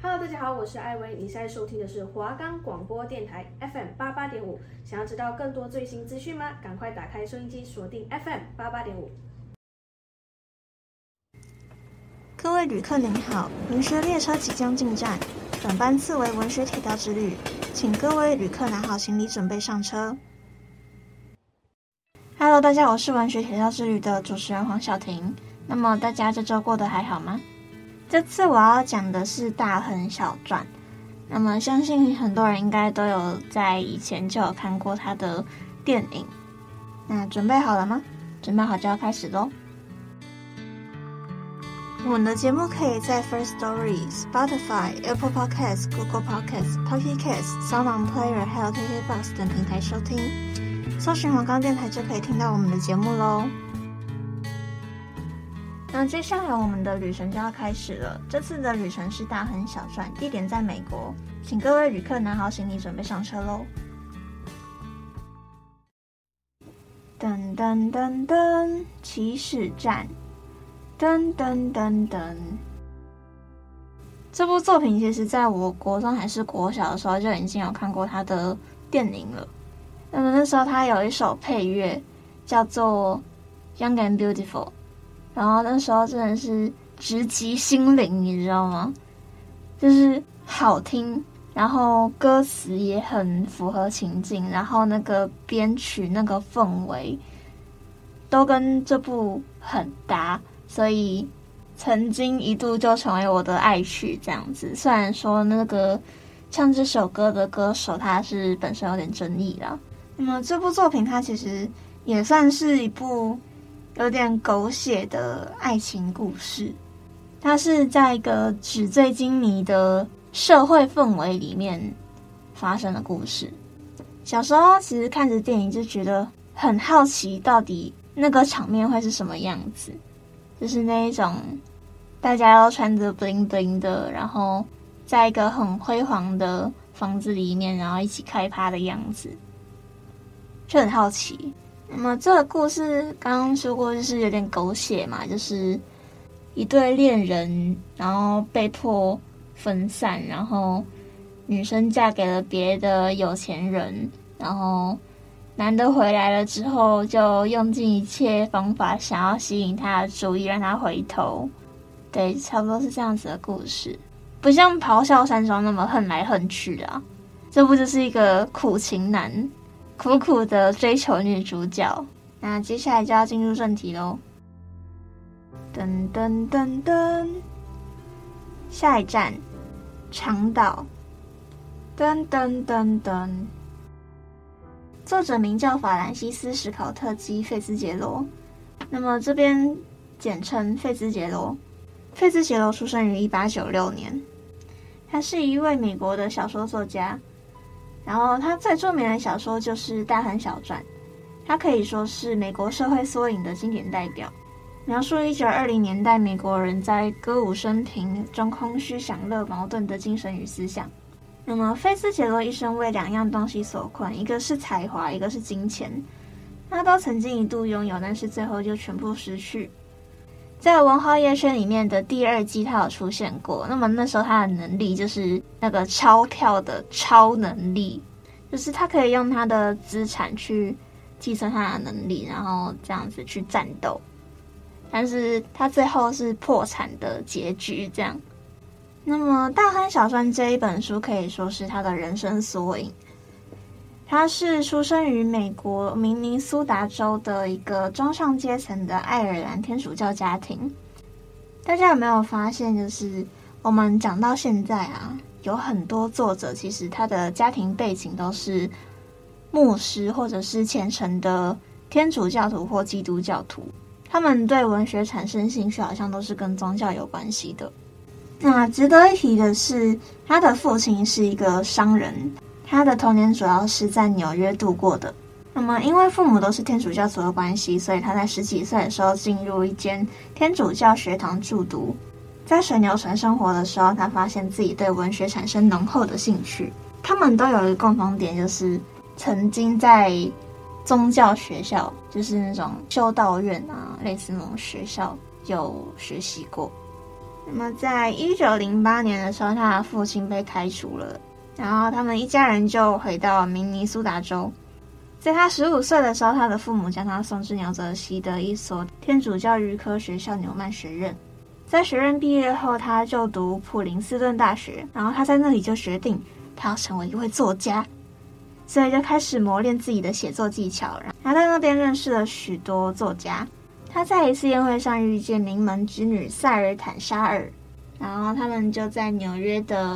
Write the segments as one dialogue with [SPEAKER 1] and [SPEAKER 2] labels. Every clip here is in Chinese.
[SPEAKER 1] Hello， 大家好，我是艾薇，你现在收听的是华冈广播电台 FM88.5。想要知道更多最新资讯吗？赶快打开收音机，锁定 FM88.5。
[SPEAKER 2] 各位旅客您好，文学列车即将进站，本班次为文学铁道之旅，请各位旅客拿好行李，准备上车。Hello， 大家好，我是文学铁道之旅的主持人黄晓婷。那么大家这周过得还好吗？这次我要讲的是《大亨小传》。那么相信很多人应该都有在以前就有看过它的电影。那准备好了吗？准备好就要开始咯。我们的节目可以在 First Story、Spotify、Apple Podcasts、Google Podcasts、Pocket Casts、Sound On Player 还有 KKBOX 等平台收听。搜寻华冈电台就可以听到我们的节目咯。那接下来我们的旅程就要开始了。这次的旅程是大亨小传，地点在美国，请各位旅客拿好行李，准备上车咯。噔噔噔噔，起始站。噔噔噔噔。这部作品其实在我国中还是国小的时候就已经有看过它的电影了。那么那时候它有一首配乐叫做 Young and Beautiful， 然后那时候真的是直击心灵，你知道吗？就是好听，然后歌词也很符合情境，然后那个编曲那个氛围都跟这部很搭，所以曾经一度就成为我的爱曲这样子。虽然说那个唱这首歌的歌手他是本身有点争议啦。那么这部作品它其实也算是一部有点狗血的爱情故事，它是在一个纸醉金迷的社会氛围里面发生的故事。小时候其实看着电影就觉得很好奇，到底那个场面会是什么样子，就是那一种大家都穿着 bling bling 的，然后在一个很辉煌的房子里面，然后一起开趴的样子，就很好奇。那么这个故事刚刚说过，就是有点狗血嘛，就是一对恋人，然后被迫分散，然后女生嫁给了别的有钱人，然后男的回来了之后就用尽一切方法想要吸引他的注意，让他回头。对，差不多是这样子的故事，不像咆哮山庄那么恨来恨去啊。这部就是一个苦情男苦苦的追求女主角。那接下来就要进入正题咯。噔噔噔噔，下一站长岛。噔噔噔噔。作者名叫法兰西斯·史考特基·费兹杰罗，那么这边简称费兹杰罗。费兹杰罗出生于1896年，他是一位美国的小说作家。然后他最著名的小说就是《大亨小传》，它可以说是美国社会缩影的经典代表，描述1920年代美国人在歌舞升平中空虚享乐矛盾的精神与思想。那么费兹杰罗一生为两样东西所困，一个是才华，一个是金钱，他都曾经一度拥有，但是最后就全部失去。在《文豪野犬》里面的第2季他有出现过，那么那时候他的能力就是那个钞票的超能力，就是他可以用他的资产去计算他的能力，然后这样子去战斗，但是他最后是破产的结局这样。那么《大亨小传》这一本书可以说是他的人生缩影。他是出生于美国明尼苏达州的一个中上阶层的爱尔兰天主教家庭。大家有没有发现，就是我们讲到现在啊，有很多作者其实他的家庭背景都是牧师或者是虔诚的天主教徒或基督教徒，他们对文学产生兴趣好像都是跟宗教有关系的。那值得一提的是，他的父亲是一个商人，他的童年主要是在纽约度过的。那么因为父母都是天主教徒的关系，所以他在10几岁的时候进入一间天主教学堂就读。在水牛城生活的时候，他发现自己对文学产生浓厚的兴趣。他们都有一个共同点，就是曾经在宗教学校，就是那种修道院啊，类似那种学校有学习过。 那么在1908年的时候，他的父亲被开除了，然后他们一家人就回到明尼苏达州。在他15岁的时候，他的父母将他送至纽泽西的一所天主教预科学校纽曼学院。在学院毕业后，他就读普林斯顿大学，然后他在那里就决定他要成为一位作家，所以就开始磨练自己的写作技巧。然后在那边认识了许多作家。他在一次宴会上遇见名门之女塞尔坦沙尔，然后他们在纽约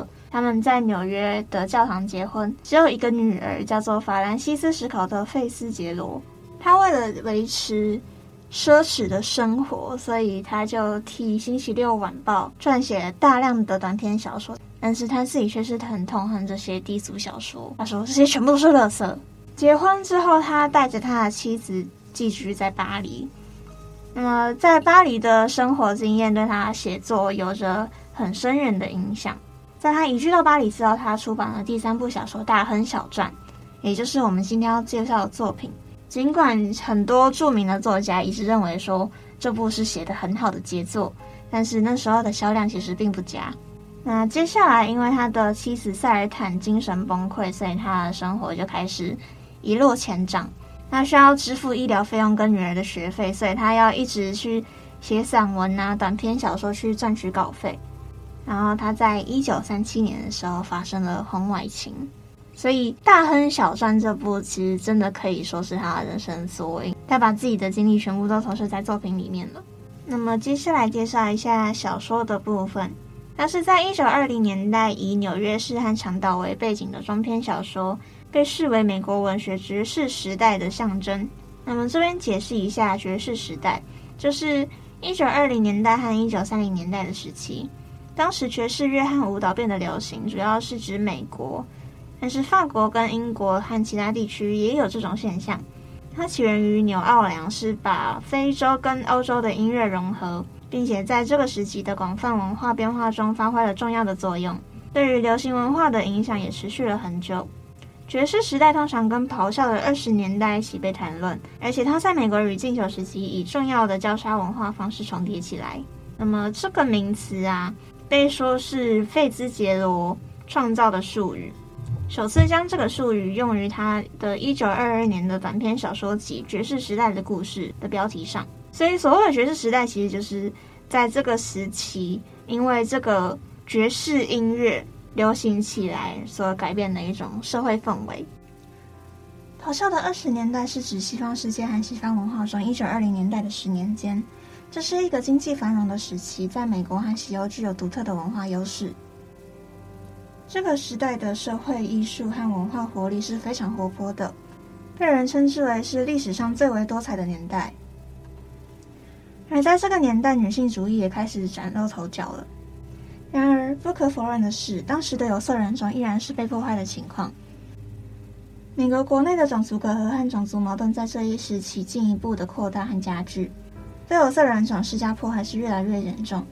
[SPEAKER 2] 的教堂结婚，只有一个女儿，叫做法兰西斯·史考特·费斯杰罗。他为了维持奢侈的生活，所以他就替《星期六晚报》撰写大量的短篇小说，但是他自己却是很痛恨这些低俗小说，他说这些全部都是垃圾。结婚之后，他带着他的妻子寄居在巴黎。那么在巴黎的生活经验对他写作有着很深远的影响。在他移居到巴黎之后，他出版了第3部小说《大亨小传》，也就是我们今天要介绍的作品。尽管很多著名的作家一直认为说这部是写得很好的杰作，但是那时候的销量其实并不佳。那接下来因为他的妻子塞尔坦精神崩溃，所以他的生活就开始一落千丈。他需要支付医疗费用跟女儿的学费，所以他要一直去写散文啊、短篇小说去赚取稿费。然后他在1937年的时候发生了婚外情，所以《大亨小传》这部其实真的可以说是他的人生缩影，他把自己的经历全部都投射在作品里面了。那么接下来介绍一下小说的部分。它是在1920年代以纽约市和长岛为背景的中篇小说，被视为美国文学爵士时代的象征。那么这边解释一下爵士时代，就是1920年代和1930年代的时期。当时爵士乐和舞蹈变得流行，主要是指美国，但是法国跟英国和其他地区也有这种现象。它起源于纽奥良，是把非洲跟欧洲的音乐融合，并且在这个时期的广泛文化变化中发挥了重要的作用。对于流行文化的影响也持续了很久。爵士时代通常跟咆哮的20年代一起被谈论，而且它在美国与禁酒时期以重要的交叉文化方式重叠起来。那么这个名词啊，被说是费兹杰罗创造的术语，首次将这个术语用于他的1922年的短篇小说集《爵士时代的故事》的标题上。所以所谓的爵士时代其实就是在这个时期，因为这个爵士音乐流行起来所改变的一种社会氛围。咆哮的20年代是指西方世界和西方文化中1920年代的10年间，这是一个经济繁荣的时期，在美国和西欧具有独特的文化优势。这个时代的社会艺术和文化活力是非常活泼的，被人称之为是历史上最为多彩的年代。而在这个年代，女性主义也开始崭露头角了。然而不可否认的是，当时的有色人种依然是被迫害的情况。美国国内的种族隔阂和种族矛盾在这一时期进一步的扩大和加剧，对有色人种施加迫害是越来越严重。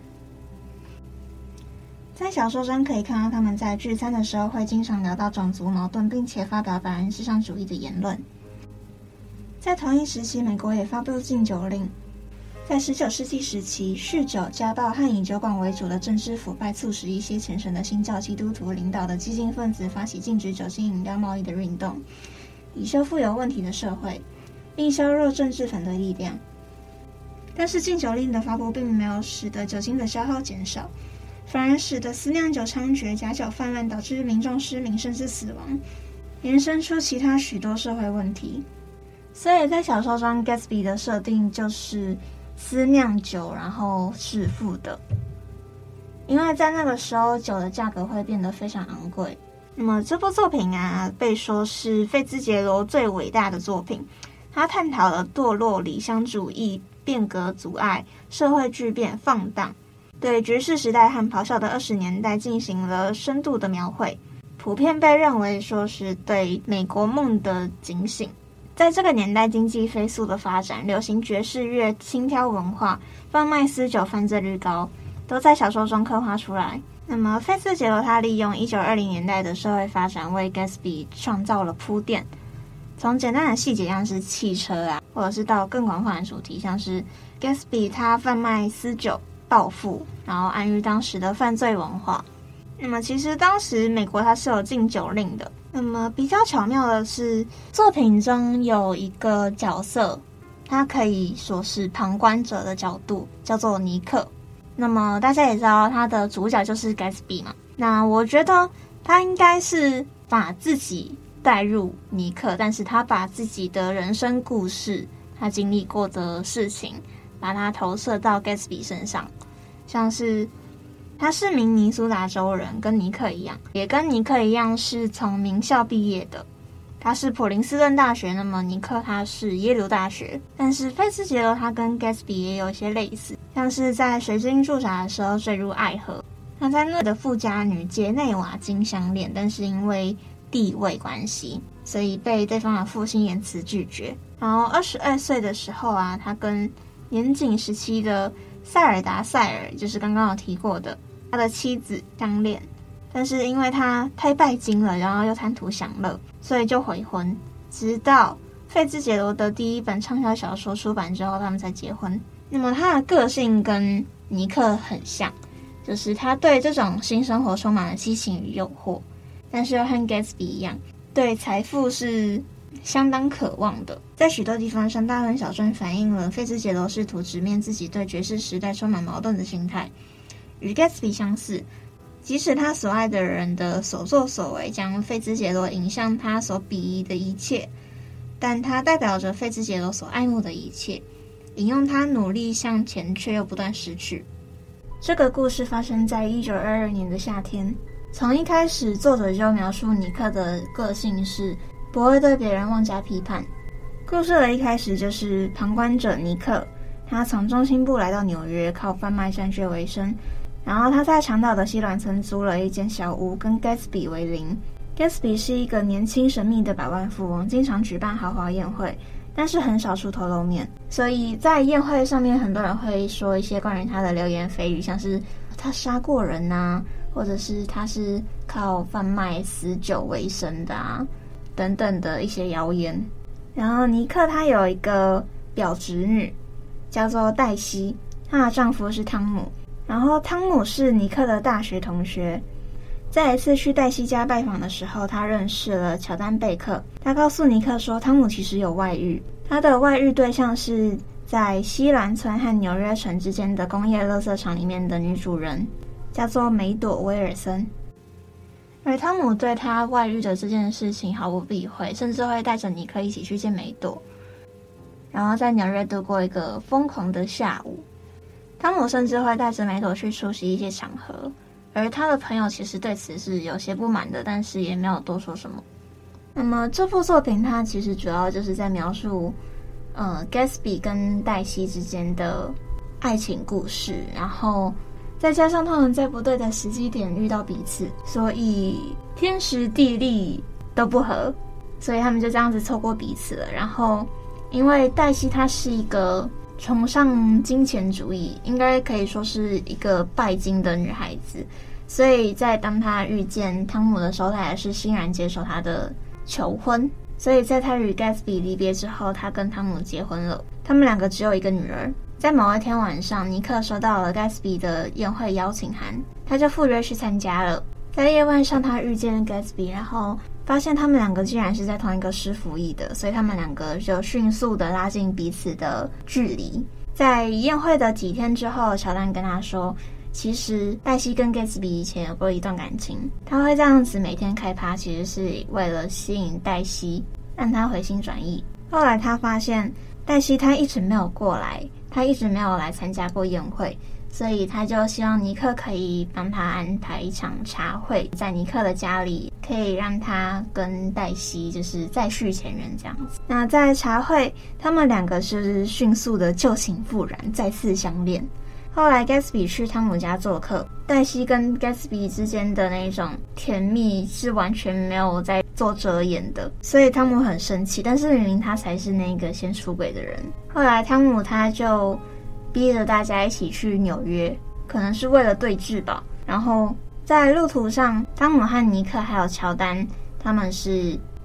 [SPEAKER 2] 在小说中可以看到他们在聚餐的时候会经常聊到种族矛盾，并且发表白人至上主义的言论。在同一时期，美国也发布禁酒令。在19世纪时期，酗酒、家暴和以酒馆为主的政治腐败促使一些虔诚的新教基督徒领导的激进分子发起禁止酒精饮料贸易的运动，以修复有问题的社会，并削弱政治反对力量。但是禁酒令的发布并没有使得酒精的消耗减少，反而使得私酿酒猖獗、假酒泛滥，导致民众失明甚至死亡，延伸出其他许多社会问题。所以在小说中 Gatsby 的设定就是私酿酒然后致富的，因为在那个时候酒的价格会变得非常昂贵。那么这部作品啊，被说是费兹杰罗最伟大的作品。他探讨了堕落、理想主义、变革阻碍、社会巨变、放荡，对爵士时代和咆哮的20年代进行了深度的描绘，普遍被认为说是对美国梦的警醒。在这个年代，经济飞速的发展，流行爵士乐、轻佻文化、贩卖私酒犯罪率高，都在小说中刻画出来。那么费兹杰罗他利用1920年代的社会发展，为 Gatsby 创造了铺垫。从简单的细节像是汽车啊，或者是到更广泛的主题，像是 Gatsby 他贩卖私酒、 报复，然后暗喻当时的犯罪文化。那么其实当时美国它是有禁酒令的。那么比较巧妙的是，作品中有一个角色，他可以说是旁观者的角度，叫做尼克。那么大家也知道他的主角就是 Gatsby 嘛，那我觉得他应该是把自己带入尼克，但是他把自己的人生故事，他经历过的事情，把它投射到 Gatsby 身上。像是他是明尼苏达州人，跟尼克一样，也跟尼克一样是从名校毕业的。他是普林斯顿大学，那么尼克他是耶鲁大学。但是费兹杰罗他跟 Gatsby 也有一些类似，像是在水晶驻扎的时候坠入爱河。他在那的富家女杰内瓦金相恋，但是因为地位关系，所以被对方的父亲严词拒绝。然后22岁的时候啊，他跟年仅17的塞尔达塞尔，就是刚刚有提过的他的妻子相恋，但是因为他太拜金了，然后又贪图享乐，所以就悔婚。直到费兹杰罗的第一本畅销小说出版之后，他们才结婚。那么他的个性跟尼克很像，就是他对这种新生活充满了激情与诱惑，但是又和 Gatsby 一样，对财富是相当渴望的。在许多地方上，大亨小传反映了费兹杰罗试图直面自己对爵士时代充满矛盾的心态。与 Gatsby 相似，即使他所爱的人的所作所为将费兹杰罗引向他所鄙夷的一切，但他代表着费兹杰罗所爱慕的一切，引用他努力向前却又不断失去。这个故事发生在1922年的夏天。从一开始，作者就描述尼克的个性是不会对别人妄加批判。故事的一开始就是旁观者尼克，他从中心部来到纽约，靠贩卖山雀为生。然后他在长岛的西峦村租了一间小屋，跟 Gatsby 为邻。Gatsby 是一个年轻神秘的百万富翁，经常举办豪华宴会，但是很少出头露面。所以在宴会上面，很多人会说一些关于他的流言蜚语，像是他杀过人啊，或者是他是靠贩卖死酒为生的啊，等等的一些谣言。然后尼克他有一个表侄女，叫做黛西，她的丈夫是汤姆。然后汤姆是尼克的大学同学。在一次去黛西家拜访的时候，他认识了乔丹贝克。他告诉尼克说，汤姆其实有外遇，他的外遇对象是在西峦村和纽约城之间的工业垃圾场里面的女主人，叫做梅朵威尔森。而汤姆对他外遇的这件事情毫不避讳，甚至会带着尼克一起去见梅朵，然后在纽约度过一个疯狂的下午。汤姆甚至会带着梅朵去出席一些场合，而他的朋友其实对此是有些不满的，但是也没有多说什么。那么这部作品它其实主要就是在描述Gatsby 跟黛西之间的爱情故事，然后再加上他们在不对的时机点遇到彼此，所以天时地利都不合，所以他们就这样子错过彼此了。然后因为黛西她是一个崇尚金钱主义，应该可以说是一个拜金的女孩子，所以在当她遇见汤姆的时候，她还是欣然接受他的求婚。所以在她与 Gatsby 离别之后，她跟汤姆结婚了。他们两个只有一个女儿。在某一天晚上，尼克收到了 Gatsby 的宴会邀请函，他就赴约去参加了。在夜晚上，他遇见 Gatsby， 然后发现他们两个竟然是在同一个师服役的，所以他们两个就迅速的拉近彼此的距离。在宴会的几天之后，乔丹跟他说，其实黛西跟 Gatsby 以前有过一段感情，他会这样子每天开趴，其实是为了吸引黛西，让他回心转意。后来他发现黛西她一直没有过来，她一直没有来参加过宴会，所以他就希望尼克可以帮他安排一场茶会，在尼克的家里，可以让他跟黛西就是再续前缘这样子。那在茶会，他们两个是迅速的旧情复燃，再次相恋。后来 Gatsby 去汤姆家做客，黛西跟 Gatsby 之间的那种甜蜜是完全没有在做遮掩的，所以汤姆很生气，但是明明他才是那个先出轨的人。后来汤姆他就逼着大家一起去纽约，可能是为了对峙吧。然后在路途上，汤姆和尼克还有乔丹他们是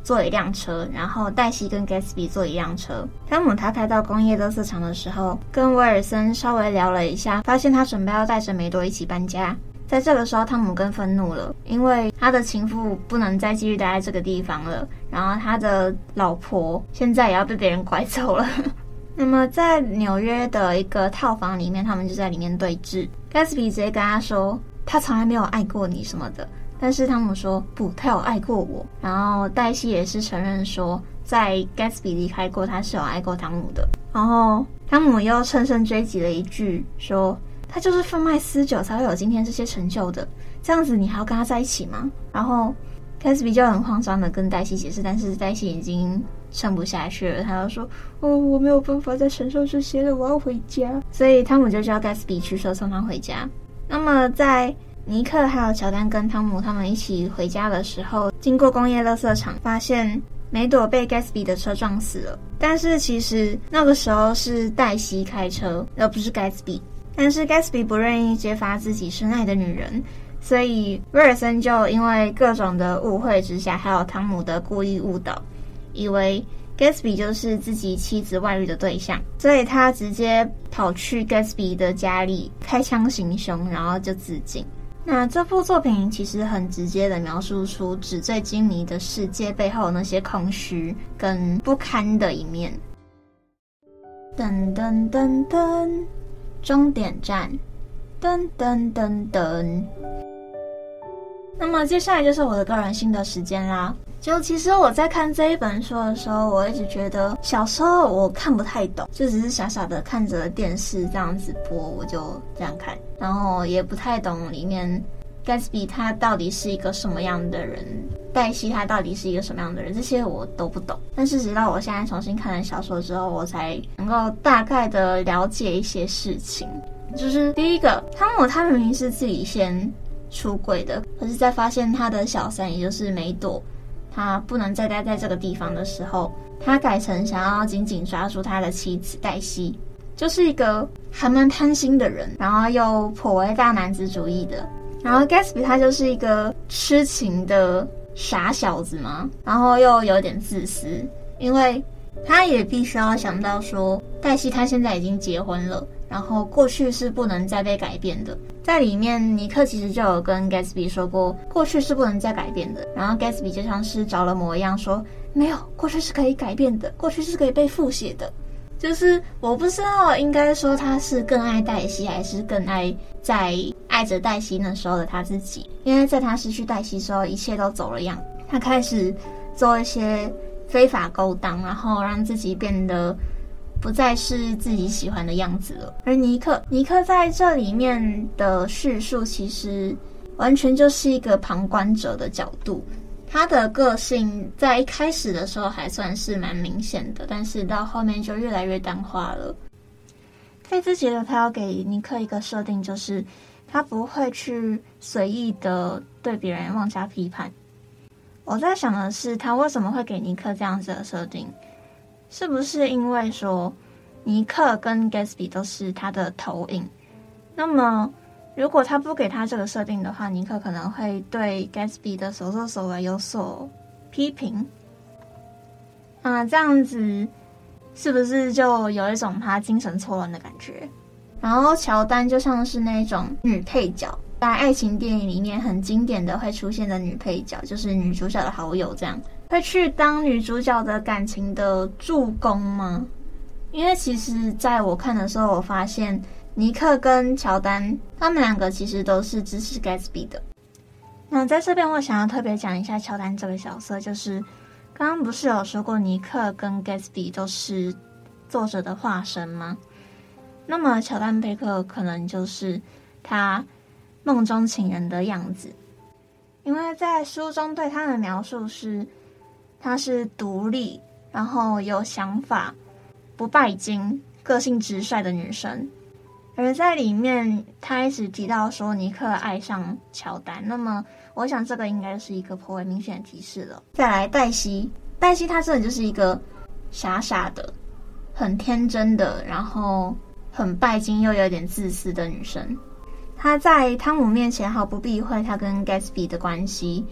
[SPEAKER 2] 坐一辆车，然后黛西跟 Gatsby 坐一辆车。汤姆他开到工业垃圾场的时候，跟威尔森稍微聊了一下，发现他准备要带着梅朵一起搬家。在这个时候，汤姆更愤怒了，因为他的情妇不能再继续待在这个地方了，然后他的老婆现在也要被别人拐走了。那么在纽约的一个套房里面，他们就在里面对峙。Gatsby 直接跟他说他从来没有爱过你什么的，但是汤姆说不，他有爱过我。然后黛西也是承认说在 Gatsby 离开过，他是有爱过汤姆的。然后汤姆又乘胜追击了一句说他就是贩卖私酒才会有今天这些成就的，这样子你还要跟他在一起吗？然后 Gatsby 就很慌张的跟黛西解释，但是黛西已经撑不下去了，他就说我没有办法再承受这些了，我要回家。所以汤姆就叫 Gatsby 驱车送他回家。那么在尼克还有乔丹跟汤姆他们一起回家的时候，经过工业垃圾场，发现梅朵被 Gatsby 的车撞死了。但是其实那个时候是黛西开车，而不是 Gatsby。但是 Gatsby 不愿意揭发自己深爱的女人，所以威尔森就因为各种的误会之下，还有汤姆的故意误导，以为 Gatsby 就是自己妻子外遇的对象，所以他直接跑去 Gatsby 的家里开枪行凶，然后就自尽。那这部作品其实很直接的描述出纸醉金迷的世界背后那些空虚跟不堪的一面。噔噔噔噔，终点站，噔噔噔噔。那么接下来就是我的个人心得时间啦。就其实我在看这一本书的时候，我一直觉得小时候我看不太懂，就只是傻傻的看着电视这样子播，我就这样看，然后也不太懂里面 Gatsby 他到底是一个什么样的人，黛西他到底是一个什么样的人，这些我都不懂。但是直到我现在重新看了小说之后，我才能够大概的了解一些事情。就是第一个，汤姆他明明是自己先出轨的，可是在发现他的小三也就是梅朵他不能再待在这个地方的时候，他改成想要紧紧抓住他的妻子黛西，就是一个还蛮贪心的人，然后又颇为大男子主义的。然后 Gatsby 他就是一个痴情的傻小子嘛，然后又有点自私，因为他也必须要想到说黛西他现在已经结婚了，然后过去是不能再被改变的。在里面尼克其实就有跟 Gatsby 说过过去是不能再改变的，然后 Gatsby 就像是着了魔一样说没有，过去是可以改变的，过去是可以被复写的。就是我不知道应该说他是更爱黛西还是更爱在爱着黛西那时候的他自己，因为在他失去黛西之后一切都走了样，他开始做一些非法勾当，然后让自己变得不再是自己喜欢的样子了。而尼克在这里面的叙述其实完全就是一个旁观者的角度，他的个性在一开始的时候还算是蛮明显的，但是到后面就越来越淡化了。费兹杰罗他要给尼克一个设定，就是他不会去随意的对别人妄加批判。我在想的是他为什么会给尼克这样子的设定，是不是因为说尼克跟 Gatsby 都是他的投影，那么如果他不给他这个设定的话，尼克可能会对 Gatsby 的所作所为有所批评。这样子是不是就有一种他精神错乱的感觉？然后乔丹就像是那种女配角，在爱情电影里面很经典的会出现的女配角，就是女主角的好友，这样会去当女主角的感情的助攻吗？因为其实在我看的时候，我发现尼克跟乔丹他们两个其实都是支持 Gatsby 的。那在这边我想要特别讲一下乔丹这个角色，就是刚刚不是有说过尼克跟 Gatsby 都是作者的化身吗？那么乔丹贝克可能就是他梦中情人的样子，因为在书中对他的描述是他是独立，然后有想法，不拜金，个性直率的女生。而在里面他一直提到说尼克爱上乔丹，那么我想这个应该是一个颇为明显的提示了。再来黛西她真的就是一个傻傻的很天真的，然后很拜金又有点自私的女生。她在汤姆面前毫不避讳她跟 Gatsby 的关系，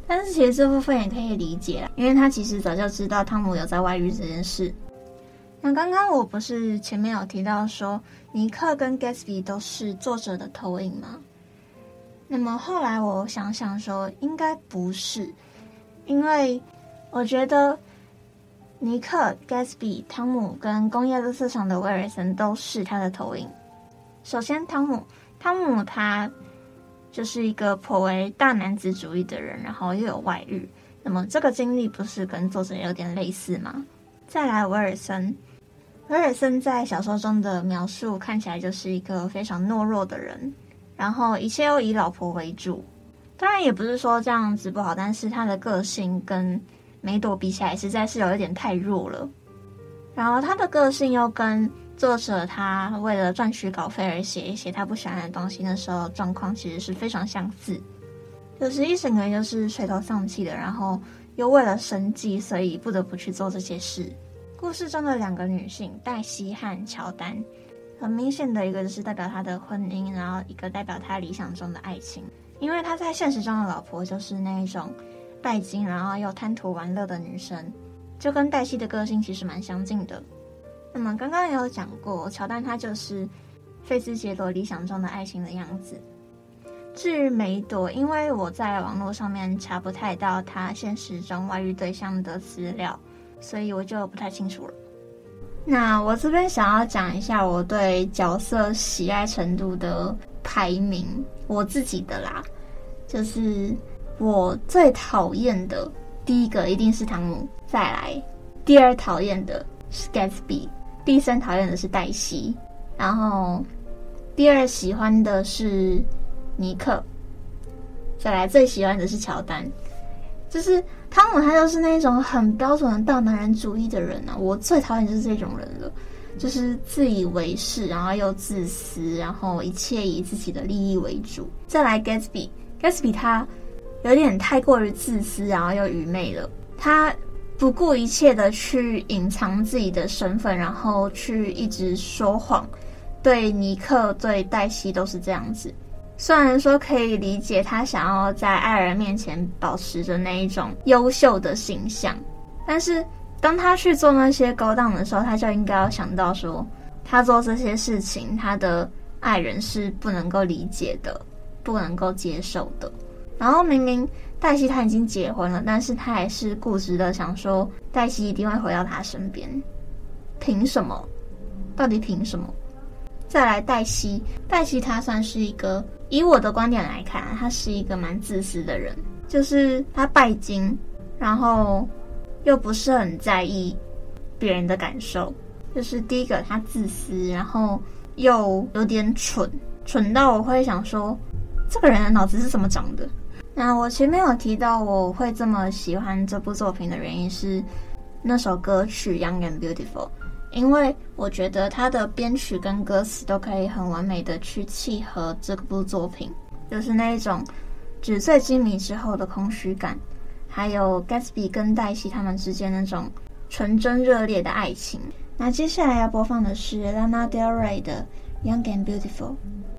[SPEAKER 2] 但是其实这部分也可以理解啦，因为他其实早就知道汤姆有在外遇这件事。那刚刚我不是前面有提到说尼克跟 Gatsby 都是作者的投影吗？那么后来我想想说应该不是，因为我觉得尼克、Gatsby、汤姆跟工业垃圾场的威尔森都是他的投影。首先汤姆他就是一个颇为大男子主义的人，然后又有外遇，那么这个经历不是跟作者有点类似吗？再来威尔森在小说中的描述看起来就是一个非常懦弱的人，然后一切又以老婆为主。当然也不是说这样子不好，但是他的个性跟梅朵比起来实在是有一点太弱了。然后他的个性又跟作者他为了赚取稿费而写一些他不喜欢的东西，那时候状况其实是非常相似，就是一整个人就是垂头丧气的，然后又为了生计所以不得不去做这些事。故事中的两个女性黛西和乔丹，很明显的一个就是代表他的婚姻，然后一个代表他理想中的爱情，因为他在现实中的老婆就是那一种拜金然后又贪图玩乐的女生，就跟黛西的个性其实蛮相近的。那么刚刚也有讲过，乔丹她就是费兹杰罗理想中的爱情的样子。至于梅朵，因为我在网络上面查不太到她现实中外遇对象的资料，所以我就不太清楚了。那我这边想要讲一下我对角色喜爱程度的排名，我自己的啦，就是我最讨厌的第一个一定是汤姆，再来第二讨厌的是 Gatsby， 第三讨厌的是黛西，然后第二喜欢的是尼克，再来最喜欢的是乔丹。就是汤姆他就是那种很标准的大男人主义的人啊，我最讨厌就是这种人了，就是自以为是，然后又自私，然后一切以自己的利益为主。再来 Gatsby 他有点太过于自私，然后又愚昧了，他不顾一切的去隐藏自己的身份，然后去一直说谎，对尼克对黛西都是这样子。虽然说可以理解他想要在爱人面前保持着那一种优秀的形象，但是当他去做那些勾当的时候，他就应该要想到说他做这些事情他的爱人是不能够理解的，不能够接受的。然后明明黛西他已经结婚了，但是他还是固执的想说黛西一定会回到他身边，凭什么？到底凭什么？再来黛西她算是一个，以我的观点来看，她是一个蛮自私的人，就是她拜金，然后又不是很在意别人的感受。就是第一个她自私，然后又有点蠢到我会想说这个人的脑子是怎么长的。那我前面有提到我会这么喜欢这部作品的原因是那首歌曲 Young and Beautiful， 因为我觉得它的编曲跟歌词都可以很完美的去契合这部作品，就是那一种纸醉金迷之后的空虚感，还有 Gatsby 跟黛西他们之间那种纯真热烈的爱情。那接下来要播放的是 Lana Del Rey 的 Young and Beautiful。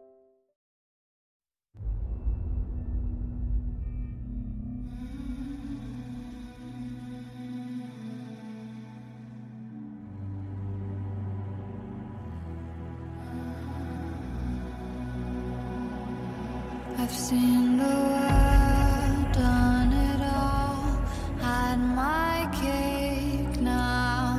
[SPEAKER 3] I've seen the world, done it all, had my cake now.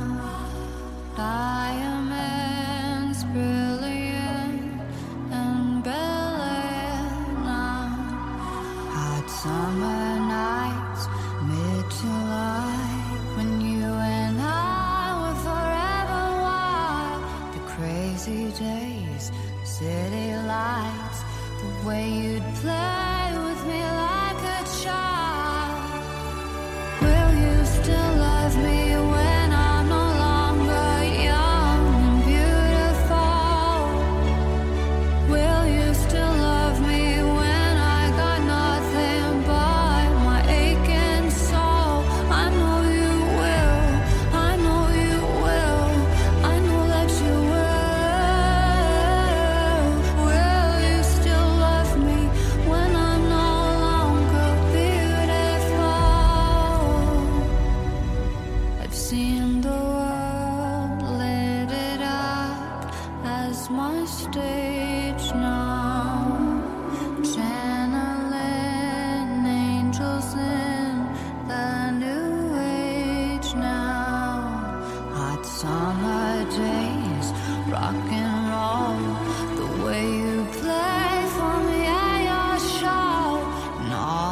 [SPEAKER 3] Diamonds brilliant and brilliant now. Hot summer nights, mid-July, when you and I were forever wild. The crazy days, city lights, the way you'd play with me like a child. Will you still love me when I'm no longer young and beautiful? Will you still love me when I got nothing but my aching soul? I know you will, I know you will, I know that you will. Will you still love me when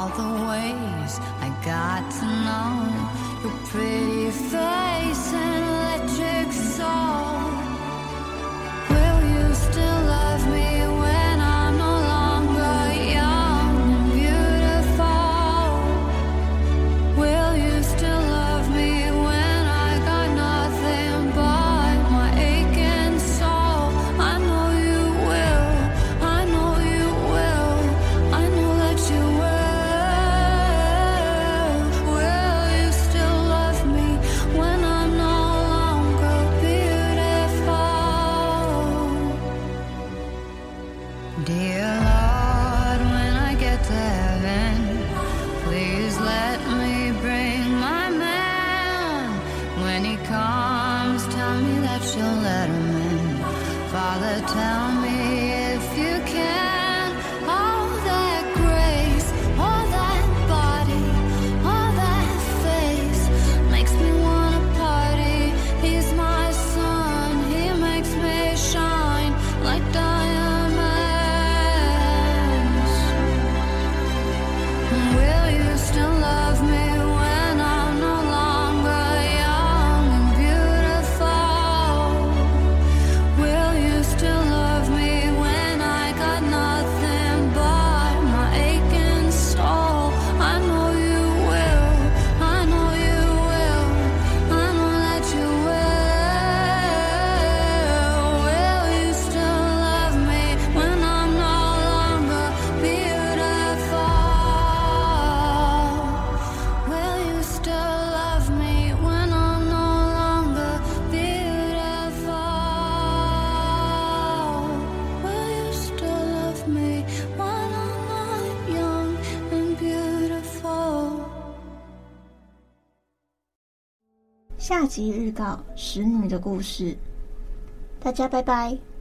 [SPEAKER 3] all the ways I got to know your pretty face and electric soul. Will you still love me when I'm no longer young and beautiful? Will you still love me when I got nothing but my aching soul? I know you will, I know you will, I know that you will. Will you still love me when I'm no longer beautiful? Dear Lord, when I get to heaven, please let me bring my man. When he comes, tell me that you'll let him in. Father, tell me if you can. All that grace, all that body, all that face makes me wanna party. He's my sun, he makes me shine like diamonds. Will you still love me when I'm no longer young and beautiful? Will you still love me when I got nothing but my aching soul? I know you will, I know you will, I know that you will. Will you still love me when I'm no longer beautiful? Will you still love me when I'm no longer beautiful? Will you still love me when I'm not young and beautiful?
[SPEAKER 2] 下集预告：使女的故事。大家拜拜。